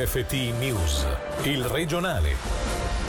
TFT News, il regionale.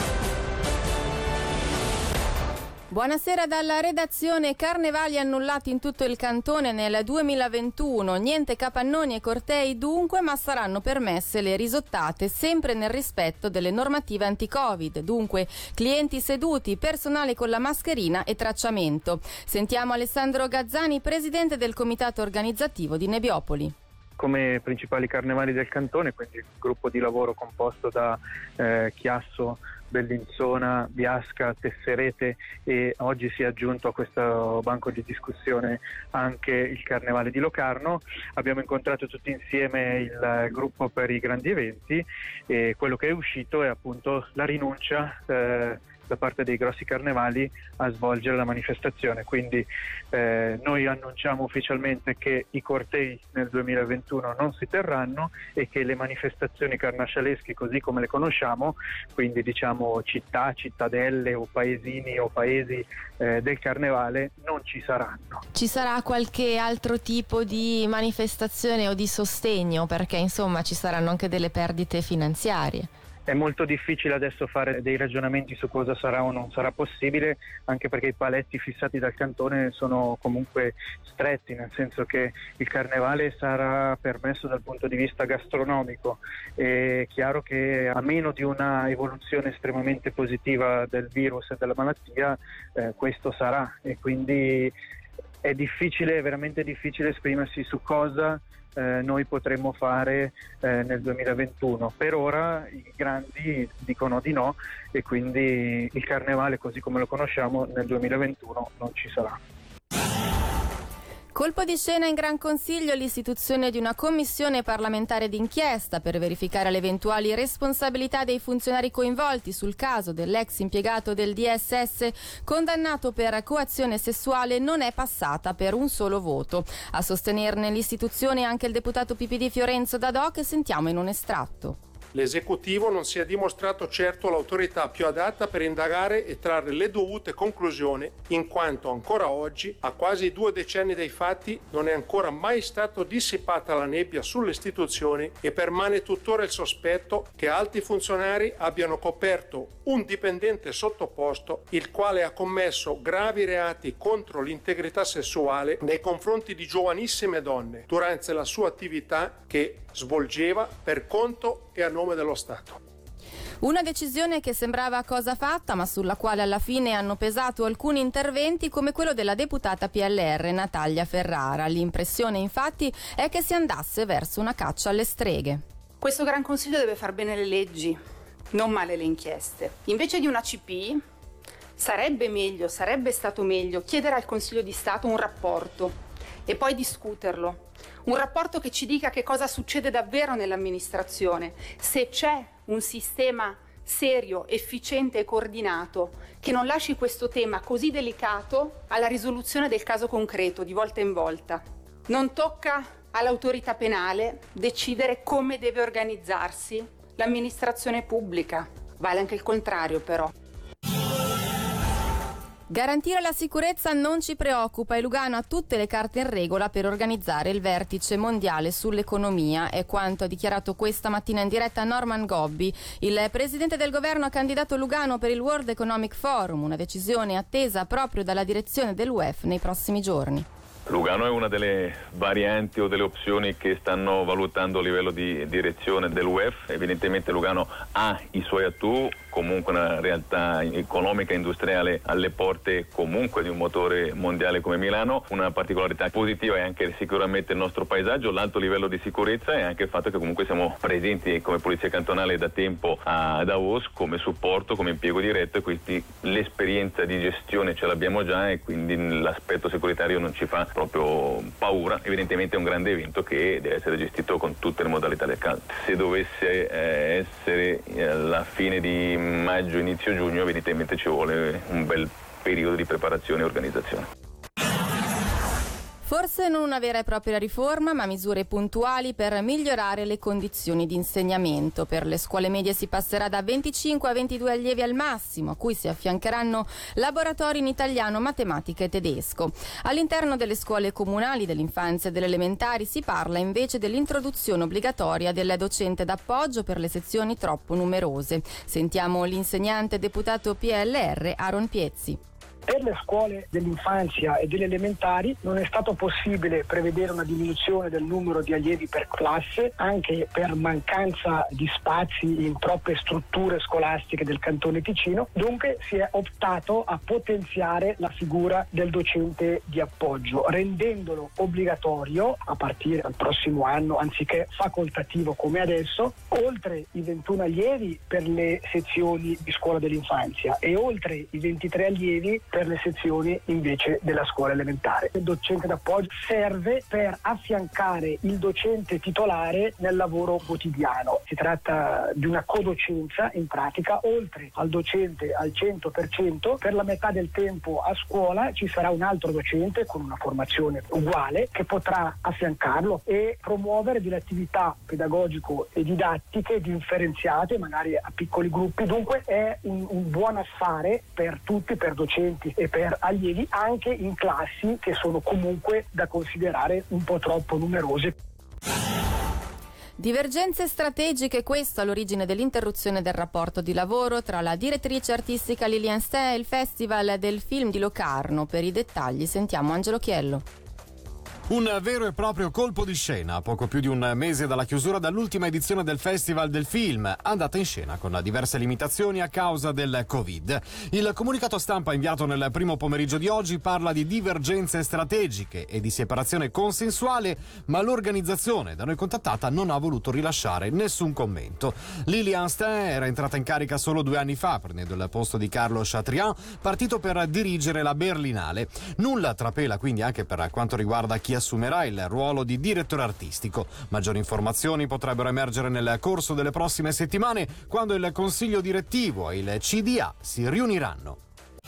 Buonasera dalla redazione. Carnevali annullati in tutto il cantone nel 2021. Niente capannoni e cortei dunque, ma saranno permesse le risottate sempre nel rispetto delle normative anti-Covid. Dunque, clienti seduti, personale con la mascherina e tracciamento. Sentiamo Alessandro Gazzani, presidente del comitato organizzativo di Nebiopoli. Come principali carnevali del cantone, quindi il gruppo di lavoro composto da Chiasso, Bellinzona, Biasca, Tesserete, e oggi si è aggiunto a questo banco di discussione anche il Carnevale di Locarno. Abbiamo incontrato tutti insieme il gruppo per i grandi eventi e quello che è uscito è appunto la rinuncia da parte dei grossi carnevali a svolgere la manifestazione, quindi noi annunciamo ufficialmente che i cortei nel 2021 non si terranno e che le manifestazioni carnascialesche così come le conosciamo, quindi diciamo città, cittadelle o paesini o paesi del carnevale, non ci saranno. Ci sarà qualche altro tipo di manifestazione o di sostegno, perché insomma ci saranno anche delle perdite finanziarie? È molto difficile adesso fare dei ragionamenti su cosa sarà o non sarà possibile, anche perché i paletti fissati dal cantone sono comunque stretti, nel senso che il carnevale sarà permesso dal punto di vista gastronomico. È chiaro che a meno di una evoluzione estremamente positiva del virus e della malattia, questo sarà, e quindi è difficile, veramente difficile esprimersi su cosa noi potremmo fare nel 2021. Per ora i grandi dicono di no e quindi il carnevale così come lo conosciamo nel 2021 non ci sarà. Colpo di scena in Gran Consiglio l'istituzione di una commissione parlamentare d'inchiesta per verificare le eventuali responsabilità dei funzionari coinvolti sul caso dell'ex impiegato del DSS condannato per coazione sessuale non è passata per un solo voto. A sostenerne l'istituzione anche il deputato PPD Fiorenzo Dadò, che sentiamo in un estratto. L'esecutivo non si è dimostrato certo l'autorità più adatta per indagare e trarre le dovute conclusioni, in quanto ancora oggi, a quasi 2 decenni dai fatti, non è ancora mai stata dissipata la nebbia sulle istituzioni e permane tuttora il sospetto che alti funzionari abbiano coperto un dipendente sottoposto, il quale ha commesso gravi reati contro l'integrità sessuale nei confronti di giovanissime donne durante la sua attività che svolgeva per conto e a nome dello Stato. Una decisione che sembrava cosa fatta, ma sulla quale alla fine hanno pesato alcuni interventi, come quello della deputata PLR Natalia Ferrara. L'impressione infatti è che si andasse verso una caccia alle streghe. Questo Gran Consiglio deve far bene le leggi, non male le inchieste. Invece di una CP sarebbe stato meglio chiedere al Consiglio di Stato un rapporto e poi discuterlo. Un rapporto che ci dica che cosa succede davvero nell'amministrazione, se c'è un sistema serio, efficiente e coordinato che non lasci questo tema così delicato alla risoluzione del caso concreto di volta in volta. Non tocca all'autorità penale decidere come deve organizzarsi l'amministrazione pubblica. Vale anche il contrario, però. Garantire la sicurezza non ci preoccupa e Lugano ha tutte le carte in regola per organizzare il vertice mondiale sull'economia, è quanto ha dichiarato questa mattina in diretta Norman Gobbi. Il presidente del governo ha candidato Lugano per il World Economic Forum, una decisione attesa proprio dalla direzione dell'UEF nei prossimi giorni. Lugano è una delle varianti o delle opzioni che stanno valutando a livello di direzione dell'UEF. Evidentemente Lugano ha i suoi attu, comunque una realtà economica e industriale alle porte comunque di un motore mondiale come Milano. Una particolarità positiva è anche sicuramente il nostro paesaggio, l'alto livello di sicurezza e anche il fatto che comunque siamo presenti come polizia cantonale da tempo a Davos come supporto, come impiego diretto, e quindi l'esperienza di gestione ce l'abbiamo già e quindi l'aspetto securitario non ci fa proprio paura. Evidentemente è un grande evento che deve essere gestito con tutte le modalità del caso. Se dovesse essere alla fine di maggio, inizio giugno, evidentemente ci vuole un bel periodo di preparazione e organizzazione. Forse non una vera e propria riforma, ma misure puntuali per migliorare le condizioni di insegnamento. Per le scuole medie si passerà da 25 a 22 allievi al massimo, a cui si affiancheranno laboratori in italiano, matematica e tedesco. All'interno delle scuole comunali, dell'infanzia e delle elementari si parla invece dell'introduzione obbligatoria del docente d'appoggio per le sezioni troppo numerose. Sentiamo l'insegnante deputato PLR Aaron Piezzi. Per le scuole dell'infanzia e delle elementari non è stato possibile prevedere una diminuzione del numero di allievi per classe, anche per mancanza di spazi in troppe strutture scolastiche del Cantone Ticino. Dunque si è optato a potenziare la figura del docente di appoggio, rendendolo obbligatorio a partire dal prossimo anno, anziché facoltativo come adesso, oltre i 21 allievi per le sezioni di scuola dell'infanzia e oltre i 23 allievi per le sezioni invece della scuola elementare. Il docente d'appoggio serve per affiancare il docente titolare nel lavoro quotidiano. Si tratta di una codocenza in pratica, oltre al docente al 100%, per la metà del tempo a scuola ci sarà un altro docente con una formazione uguale che potrà affiancarlo e promuovere delle attività pedagogico e didattiche differenziate, magari a piccoli gruppi. Dunque è un buon affare per tutti, per docenti e per allievi, anche in classi che sono comunque da considerare un po' troppo numerose. Divergenze strategiche, questo all'origine dell'interruzione del rapporto di lavoro tra la direttrice artistica Lilian Ste e il Festival del Film di Locarno. Per i dettagli sentiamo Angelo Chiello. Un vero e proprio colpo di scena, a poco più di un mese dalla chiusura dell'ultima edizione del Festival del Film, andata in scena con diverse limitazioni a causa del Covid. Il comunicato stampa inviato nel primo pomeriggio di oggi parla di divergenze strategiche e di separazione consensuale, ma l'organizzazione da noi contattata non ha voluto rilasciare nessun commento. Lilian Ste era entrata in carica solo 2 anni fa, prendendo il posto di Carlo Chatrian, partito per dirigere la Berlinale. Nulla trapela quindi anche per quanto riguarda chi assumerà il ruolo di direttore artistico. Maggiori informazioni potrebbero emergere nel corso delle prossime settimane, quando il consiglio direttivo e il CDA si riuniranno.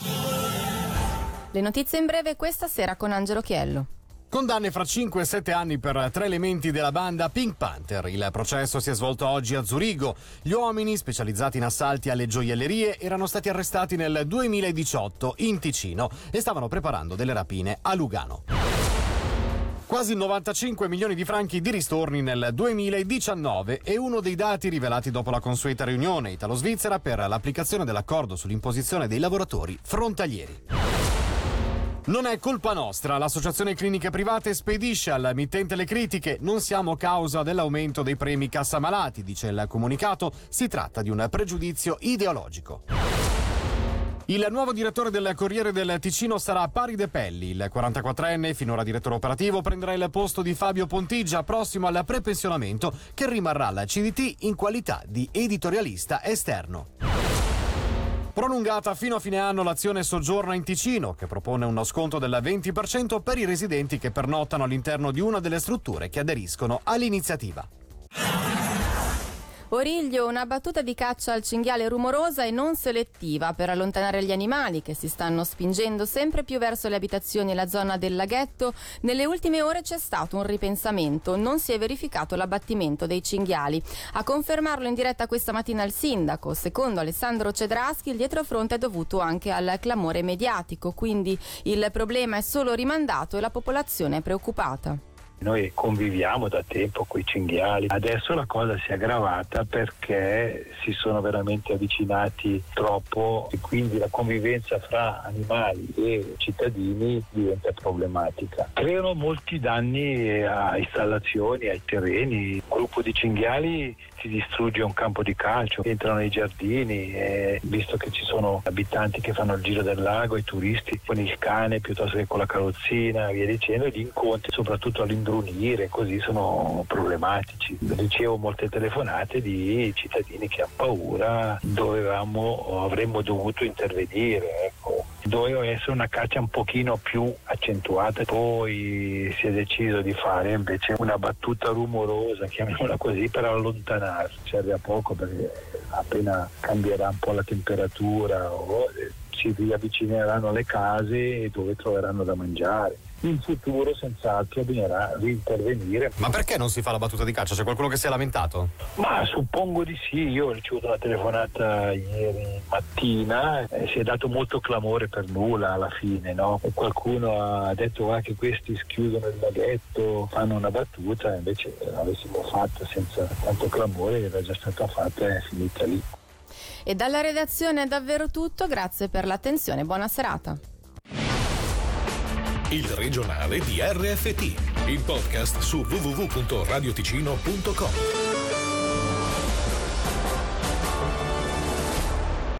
Le notizie in breve questa sera con Angelo Chiello. Condanne fra 5 e 7 anni per 3 elementi della banda Pink Panther. Il processo si è svolto oggi a Zurigo. Gli uomini, specializzati in assalti alle gioiellerie, erano stati arrestati nel 2018 in Ticino e stavano preparando delle rapine a Lugano. Quasi 95 milioni di franchi di ristorni nel 2019 è uno dei dati rivelati dopo la consueta riunione italo-svizzera per l'applicazione dell'accordo sull'imposizione dei lavoratori frontalieri. Non è colpa nostra, l'associazione Cliniche Private spedisce al mittente le critiche, non siamo causa dell'aumento dei premi cassa malati, dice il comunicato, si tratta di un pregiudizio ideologico. Il nuovo direttore del Corriere del Ticino sarà Pari De Pelli. Il 44enne, finora direttore operativo, prenderà il posto di Fabio Pontigia, prossimo al prepensionamento, che rimarrà al CDT in qualità di editorialista esterno. Prolungata fino a fine anno l'azione Soggiorna in Ticino, che propone uno sconto del 20% per i residenti che pernottano all'interno di una delle strutture che aderiscono all'iniziativa. Origlio, una battuta di caccia al cinghiale rumorosa e non selettiva per allontanare gli animali che si stanno spingendo sempre più verso le abitazioni e la zona del laghetto. Nelle ultime ore c'è stato un ripensamento, non si è verificato l'abbattimento dei cinghiali. A confermarlo in diretta questa mattina il sindaco. Secondo Alessandro Cedraschi il dietrofront è dovuto anche al clamore mediatico, quindi il problema è solo rimandato e la popolazione è preoccupata. Noi conviviamo da tempo con i cinghiali, adesso la cosa si è aggravata perché si sono veramente avvicinati troppo e quindi la convivenza fra animali e cittadini diventa problematica. Creano molti danni a installazioni, ai terreni. Un gruppo di cinghiali si distrugge un campo di calcio, entrano nei giardini e visto che ci sono abitanti che fanno il giro del lago, i turisti con il cane piuttosto che con la carrozzina, via dicendo, gli incontri soprattutto all'indomani così sono problematici. Ricevo molte telefonate di cittadini che hanno paura, avremmo dovuto intervenire, ecco. Doveva essere una caccia un pochino più accentuata, poi si è deciso di fare invece una battuta rumorosa, chiamiamola così, per allontanarsi. Serve a poco perché appena cambierà un po' la temperatura si riavvicineranno alle case e dove troveranno da mangiare. In futuro senz'altro bisognerà rintervenire. Ma perché non si fa la battuta di caccia? C'è qualcuno che si è lamentato? Ma suppongo di sì. Io ho ricevuto una telefonata ieri mattina, si è dato molto clamore per nulla alla fine, no? E qualcuno ha detto che questi schiudono il laghetto, fanno una battuta, invece l'avessimo fatta senza tanto clamore, era già stata fatta e è finita lì. E dalla redazione è davvero tutto, grazie per l'attenzione, buona serata. Il regionale di RFT, il podcast su www.radioticino.com.